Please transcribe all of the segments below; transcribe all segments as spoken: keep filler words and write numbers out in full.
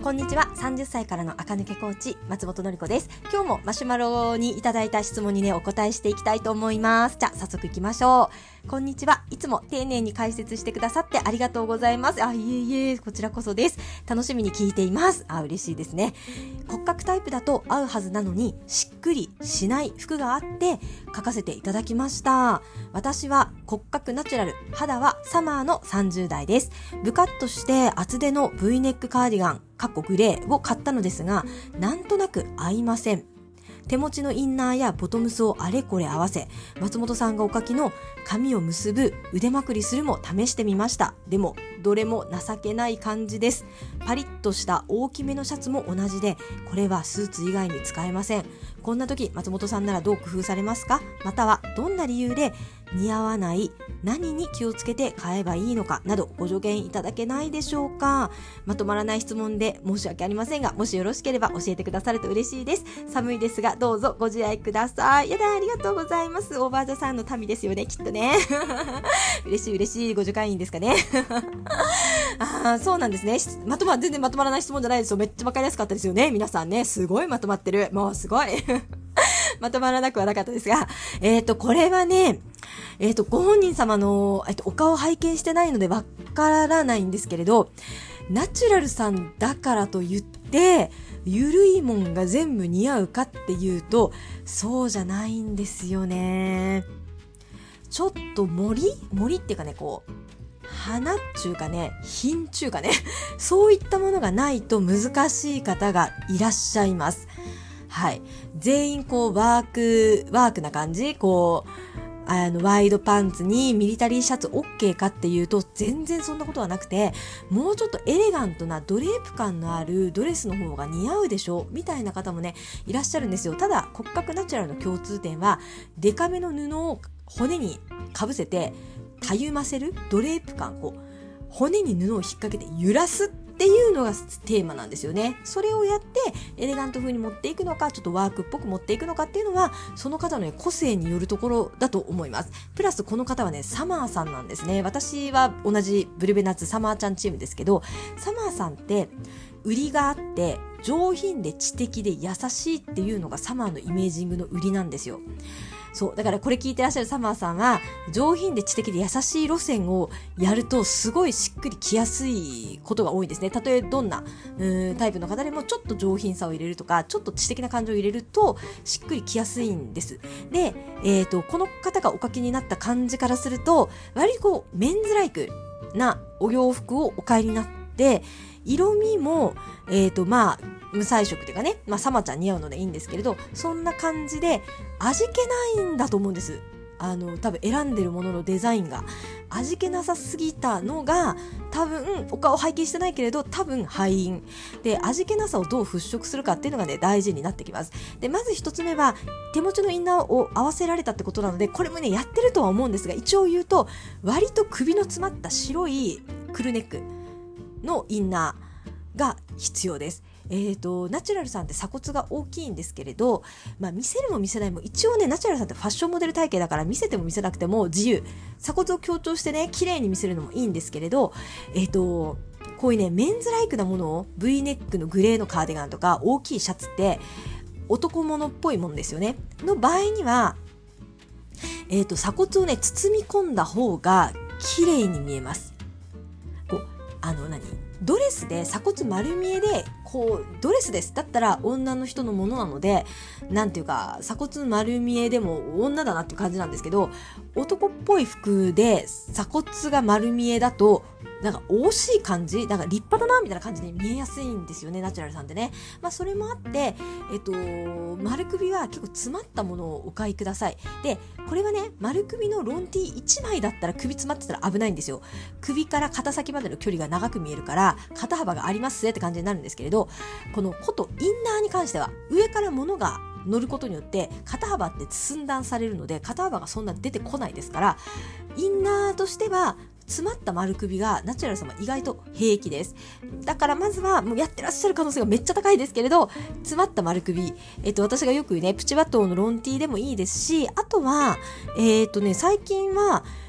こんにちは。さんじゅっさいからの赤抜けコーチ松本のり子です。今日もマシュマロにいただいた質問にねお答えしていきたいと思います。じゃあ早速いきましょう。こんにちは。いつも丁寧に解説してくださってありがとうございます。あ、いえいえ、こちらこそです。楽しみに聞いています。あ、嬉しいですね。骨格タイプだと合うはずなのにしっくりしない服があって書かせていただきました。私は骨格ナチュラル、肌はサマーのさんじゅう代です。ブカッとして厚手の V ネックカーディガンかっこグレーを買ったのですが、なんとなく合いません。手持ちのインナーやボトムスをあれこれ合わせ、松本さんがお書きの髪を結ぶ、腕まくりするも試してみました。でもどれも情けない感じです。パリッとした大きめのシャツも同じで、これはスーツ以外に使えません。こんな時松本さんならどう工夫されますか？またはどんな理由で似合わない、何に気をつけて買えばいいのかなどご助言いただけないでしょうか？まとまらない質問で申し訳ありませんが、もしよろしければ教えてくださると嬉しいです。寒いですがどうぞご自愛ください。やだ、ありがとうございます。オーバーザさんの民ですよね、きっとね。嬉しい嬉しいご助会員ですかね。ああ、そうなんですね。まとま全然まとまらない質問じゃないですよ。めっちゃわかりやすかったですよね。皆さんね、すごいまとまってる。もうすごい。まとまらなくはなかったですが、えっと、これはね、えっと、ご本人様の、えっと、お顔を拝見してないのでわからないんですけれど、ナチュラルさんだからと言って、ゆるいもんが全部似合うかっていうと、そうじゃないんですよね。ちょっと森森っていうかね、こう、花っちゅうかね、品ちゅうかね、そういったものがないと難しい方がいらっしゃいます。はい。全員こうワーク、ワークな感じ、こう、あの、ワイドパンツにミリタリーシャツ OK かっていうと、全然そんなことはなくて、もうちょっとエレガントなドレープ感のあるドレスの方が似合うでしょみたいな方もね、いらっしゃるんですよ。ただ、骨格ナチュラルの共通点は、デカめの布を骨にかぶせて、たゆませるドレープ感、こう、骨に布を引っ掛けて揺らすっていうのがテーマなんですよね。それをやってエレガント風に持っていくのか、ちょっとワークっぽく持っていくのかっていうのは、その方の、ね、個性によるところだと思います。プラスこの方はね、サマーさんなんですね。私は同じブルベナッツサマーちゃんチームですけど、サマーさんって売りがあって上品で知的で優しいっていうのがサマーのイメージングの売りなんですよ。そう。だからこれ聞いてらっしゃるサマーさんは、上品で知的で優しい路線をやると、すごいしっくりきやすいことが多いですね。たとえどんなうーんタイプの方でも、ちょっと上品さを入れるとか、ちょっと知的な感情を入れると、しっくりきやすいんです。で、えっと、この方がお書きになった感じからすると、割とこう、メンズライクなお洋服をお買いになって、色味も、えっと、まあ、無彩色っていうかね、まあ、サマちゃん似合うのでいいんですけれど、そんな感じで味気ないんだと思うんです。あの、多分選んでるもののデザインが味気なさすぎたのが、多分、お顔拝見してないけれど、多分敗因。で、味気なさをどう払拭するかっていうのがね、大事になってきます。で、まず一つ目は、手持ちのインナーを合わせられたってことなので、これもね、やってるとは思うんですが、一応言うと、割と首の詰まった白いクルネックのインナーが必要です。えーと、ナチュラルさんって鎖骨が大きいんですけれど、まあ、見せるも見せないも一応ね、ナチュラルさんってファッションモデル体型だから見せても見せなくても自由。鎖骨を強調してね、綺麗に見せるのもいいんですけれど、えーと、こういうね、メンズライクなものを V ネックのグレーのカーディガンとか大きいシャツって男物っぽいものですよね。の場合には、えーと、鎖骨をね、包み込んだ方が綺麗に見えます。こう、あの何ドレスで鎖骨丸見えで、こう、ドレスです。だったら女の人のものなので、なんていうか、鎖骨丸見えでも女だなっていう感じなんですけど、男っぽい服で鎖骨が丸見えだと、なんか惜しい感じ、なんか立派だなみたいな感じに見えやすいんですよね、ナチュラルさんってね。まあそれもあって、えっと、丸首は結構詰まったものをお買いください。で、これはね、丸首のロンティーいちまいだったら首詰まってたら危ないんですよ。首から肩先までの距離が長く見えるから、肩幅がありますぜって感じになるんですけれど、このことインナーに関しては、上から物が乗ることによって肩幅って寸断されるので、肩幅がそんな出てこないですから、インナーとしては詰まった丸首がナチュラル様意外と平気です。だからまずはもうやってらっしゃる可能性がめっちゃ高いですけれど、詰まった丸首、えっと私がよく言うね、プチバトーのロンティーでもいいですし、あとはえっとね最近は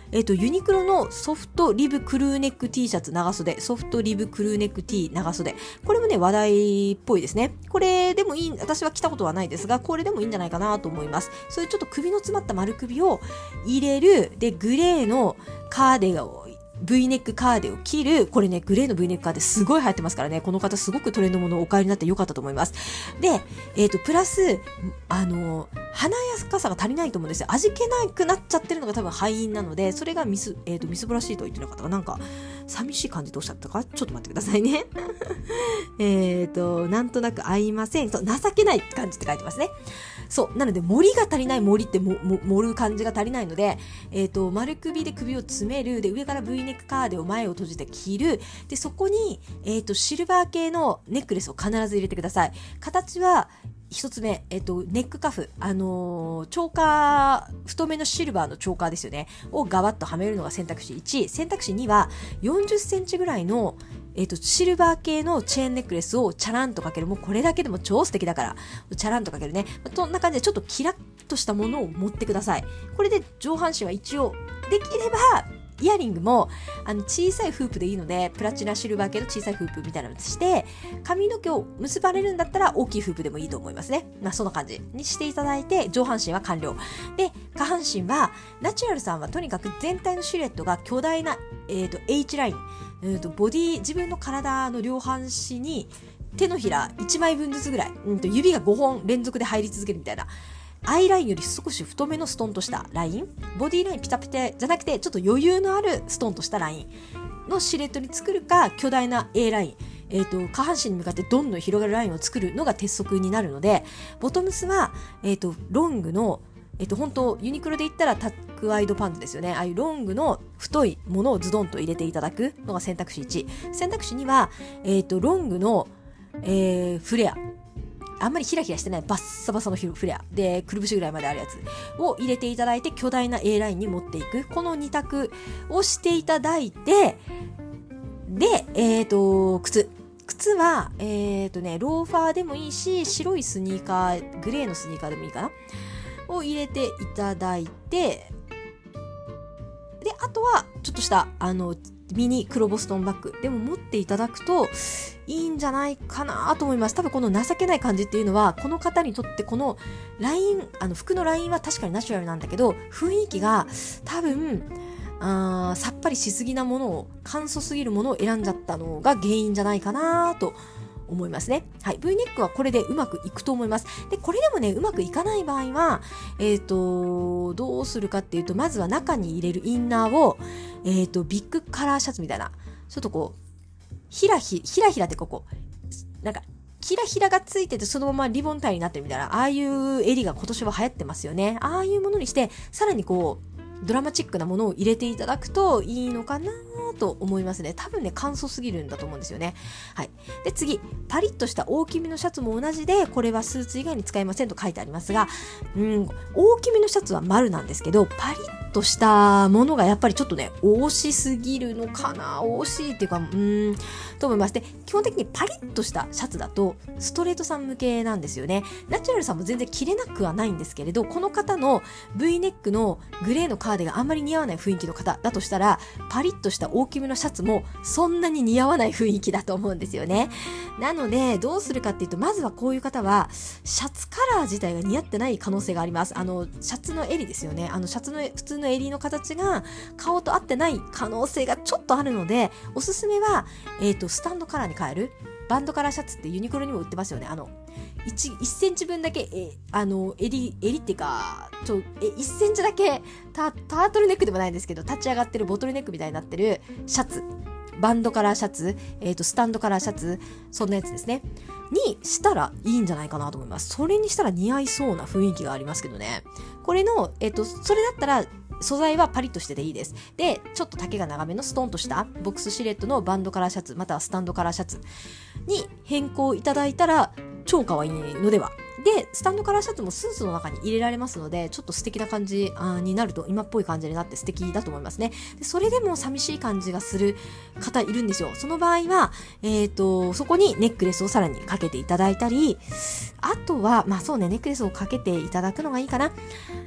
えっと、ユニクロのソフトリブクルーネック T シャツ長袖、ソフトリブクルーネック T 長袖。これもね、話題っぽいですね。これでもいい、私は着たことはないですが、これでもいいんじゃないかなと思います。そういうちょっと首の詰まった丸首を入れる、で、グレーのカーデガをV ネックカーデを着る。これね、グレーの V ネックカーデすごい流行ってますからね。この方すごくトレンドものをお買いになってよかったと思います。で、えっと、プラス、あの、華やかさが足りないと思うんですよ。味気なくなっちゃってるのが多分敗因なので、それがミス、えっと、ミスブラシートを言ってなかったかなんか、寂しい感じでおっしゃったかちょっと待ってくださいね。えっと、なんとなく合いません。そう、情けない感じって書いてますね。そう。なので、盛りが足りない、盛りっても、も、盛る感じが足りないので、えっと、丸首で首を詰める。で、上から V ネックカーデを前を閉じて着る。で、そこに、えっと、シルバー系のネックレスを必ず入れてください。形は、一つ目、えっと、ネックカフ、あのー、チョーカー、太めのシルバーのチョーカーですよね。をガバッとはめるのが選択肢いち。選択肢には、よんじゅっセンチぐらいの、えっと、シルバー系のチェーンネックレスをチャランとかける。もうこれだけでも超素敵だから、チャランとかけるね。そんな感じでちょっとキラッとしたものを持ってください。これで上半身は一応、できれば、イヤリングもあの小さいフープでいいので、プラチナシルバー系の小さいフープみたいなのにして、髪の毛を結ばれるんだったら大きいフープでもいいと思いますね。まあそんな感じにしていただいて、上半身は完了。で、下半身は、ナチュラルさんはとにかく全体のシルエットが巨大な、えっと、H ライン、えーと、ボディ、自分の体の両半身に手のひらいちまいぶんずつぐらい、うんと指がごほん連続で入り続けるみたいな。アイラインより少し太めのストンとしたライン、ボディラインピタピタじゃなくてちょっと余裕のあるストンとしたラインのシルエットに作るか、巨大な A ライン、えっと、下半身に向かってどんどん広がるラインを作るのが鉄則になるので、ボトムスは、えっと、ロングの、えっと、本当ユニクロで言ったらタックワイドパンツですよね。ああいうロングの太いものをズドンと入れていただくのが選択肢いち。選択肢には、えっと、ロングの、えー、フレア。あんまりヒラヒラしてないバッサバサのフレアでくるぶしぐらいまであるやつを入れていただいて、巨大な A ラインに持っていく、このに択をしていただいて、で、えっと、靴。靴は、えっとね、ローファーでもいいし、白いスニーカー、グレーのスニーカーでもいいかなを入れていただいて、で、あとは、ちょっとした、あの、ミニ黒ボストンバッグでも持っていただくといいんじゃないかなと思います。多分この情けない感じっていうのは、この方にとってこのライン、あの服のラインは確かにナチュラルなんだけど、雰囲気が多分、あーさっぱりしすぎなものを、簡素すぎるものを選んじゃったのが原因じゃないかなと思いますね。はい。V ネックはこれでうまくいくと思います。で、これでもね、うまくいかない場合は、えっと、どうするかっていうと、まずは中に入れるインナーを、えっと、ビッグカラーシャツみたいな、ちょっとこう、ひらひ、ひらひらってここ、なんか、ひらひらがついててそのままリボン体になってるみたいな、ああいう襟が今年は流行ってますよね。ああいうものにして、さらにこう、ドラマチックなものを入れていただくといいのかなと思いますね。多分ね、簡素すぎるんだと思うんですよね。はい。で、次、パリッとした大きめのシャツも同じで、これはスーツ以外に使えませんと書いてありますが、うん、大きめのシャツは丸なんですけど、パリッとしたものがやっぱりちょっとね、大しすぎるのかな、大しいっていうか、うーん、と思います。で、基本的にパリッとしたシャツだと、ストレートさん向けなんですよね。ナチュラルさんも全然着れなくはないんですけれど、この方の V ネックのグレーのカーデがあんまり似合わない雰囲気の方だとしたら、パリッとした大きめのシャツもそんなに似合わない雰囲気だと思うんですよね。なので、どうするかっていうと、まずはこういう方は、シャツカラー自体が似合ってない可能性があります。あの、シャツの襟ですよね。あの、シャツの、普通の襟の形が顔と合ってない可能性がちょっとあるので、おすすめは、えっと、スタンドカラーに変える。バンドカラーシャツってユニクロにも売ってますよね。あの、1, いちセンチ分だけ、え、あの、襟、襟っていうか、ちょ、え、いちセンチだけタ、タートルネックでもないんですけど、立ち上がってるボトルネックみたいになってるシャツ。バンドカラーシャツ、えっと、スタンドカラーシャツ、そんなやつですね。にしたらいいんじゃないかなと思います。それにしたら似合いそうな雰囲気がありますけどね。これの、えっと、それだったら、素材はパリッとしてていいです。で、ちょっと丈が長めのストンとしたボックスシルエットのバンドカラーシャツ、またはスタンドカラーシャツに変更いただいたら超可愛いのでは。で、スタンドカラーシャツもスーツの中に入れられますので、ちょっと素敵な感じになると、今っぽい感じになって素敵だと思いますね。で、それでも寂しい感じがする方いるんですよ。その場合は、えっと、そこにネックレスをさらにかけていただいたり、あとは、まあそうね、ネックレスをかけていただくのがいいかな。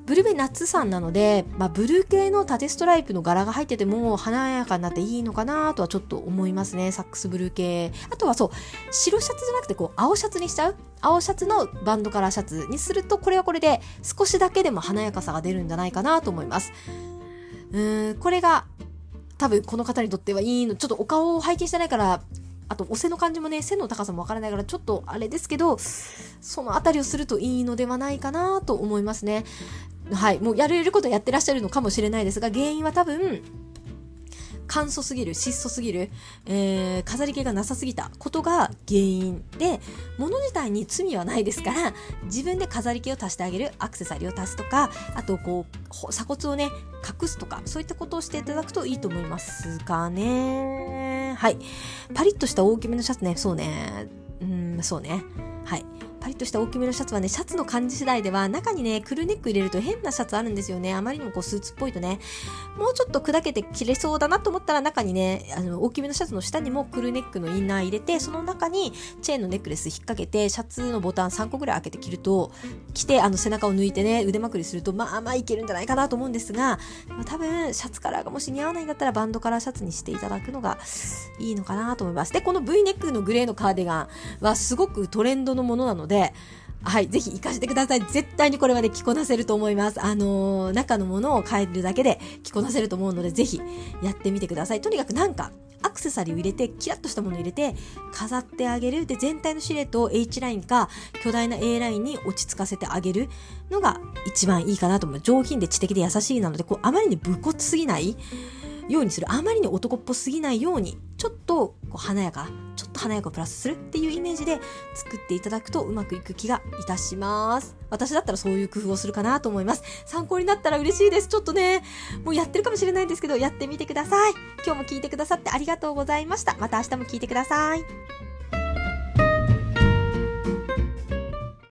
ブルベ夏さんなので、まあ、ブルー系の縦ストライプの柄が入ってても華やかになっていいのかなとはちょっと思いますね。サックスブルー系。あとはそう、白シャツじゃなくてこう青シャツにしちゃう、青シャツのバンドカラーシャツにすると、これはこれで少しだけでも華やかさが出るんじゃないかなと思います。うーん、これが多分この方にとってはいいの。ちょっとお顔を拝見してないから、あとお背の感じもね、背の高さもわからないからちょっとあれですけど、そのあたりをするといいのではないかなと思いますね。はい、もうやれることやってらっしゃるのかもしれないですが、原因は多分簡素すぎる、質素すぎる、えー、飾り気がなさすぎたことが原因で、物自体に罪はないですから、自分で飾り気を足してあげる、アクセサリーを足すとか、あとこう鎖骨をね隠すとか、そういったことをしていただくといいと思いますかね。はい、パリッとした大きめのシャツね、そうね、うん、そうね、はい。パリッとした大きめのシャツはね、シャツの感じ次第では中にねクルーネック入れると変なシャツあるんですよね。あまりにもこうスーツっぽいとね、もうちょっと砕けて着れそうだなと思ったら、中にねあの大きめのシャツの下にもクルーネックのインナー入れて、その中にチェーンのネックレス引っ掛けて、シャツのボタンさんこぐらい開けて着ると、着てあの背中を抜いてね腕まくりすると、まあまあいけるんじゃないかなと思うんですが、多分シャツカラーがもし似合わないんだったらバンドカラーシャツにしていただくのがいいのかなと思います。で、この V ネックのグレーのカーディガンはすごくトレンドのものなので、はい、ぜひ活かしてください。絶対にこれはね、着こなせると思います。あのー、中のものを変えるだけで着こなせると思うので、ぜひやってみてください。とにかくなんか、アクセサリーを入れて、キラッとしたものを入れて、飾ってあげる。で、全体のシルエットを H ラインか、巨大な A ラインに落ち着かせてあげるのが一番いいかなと思う。上品で知的で優しいなので、こう、あまりに武骨すぎないようにする。あまりに男っぽすぎないように、ちょっとこう華やか、ちょっと華やかをプラスするっていうイメージで作っていただくとうまくいく気がいたします。私だったらそういう工夫をするかなと思います。参考になったら嬉しいです。ちょっとね、もうやってるかもしれないんですけど、やってみてください。今日も聞いてくださってありがとうございました。また明日も聞いてください。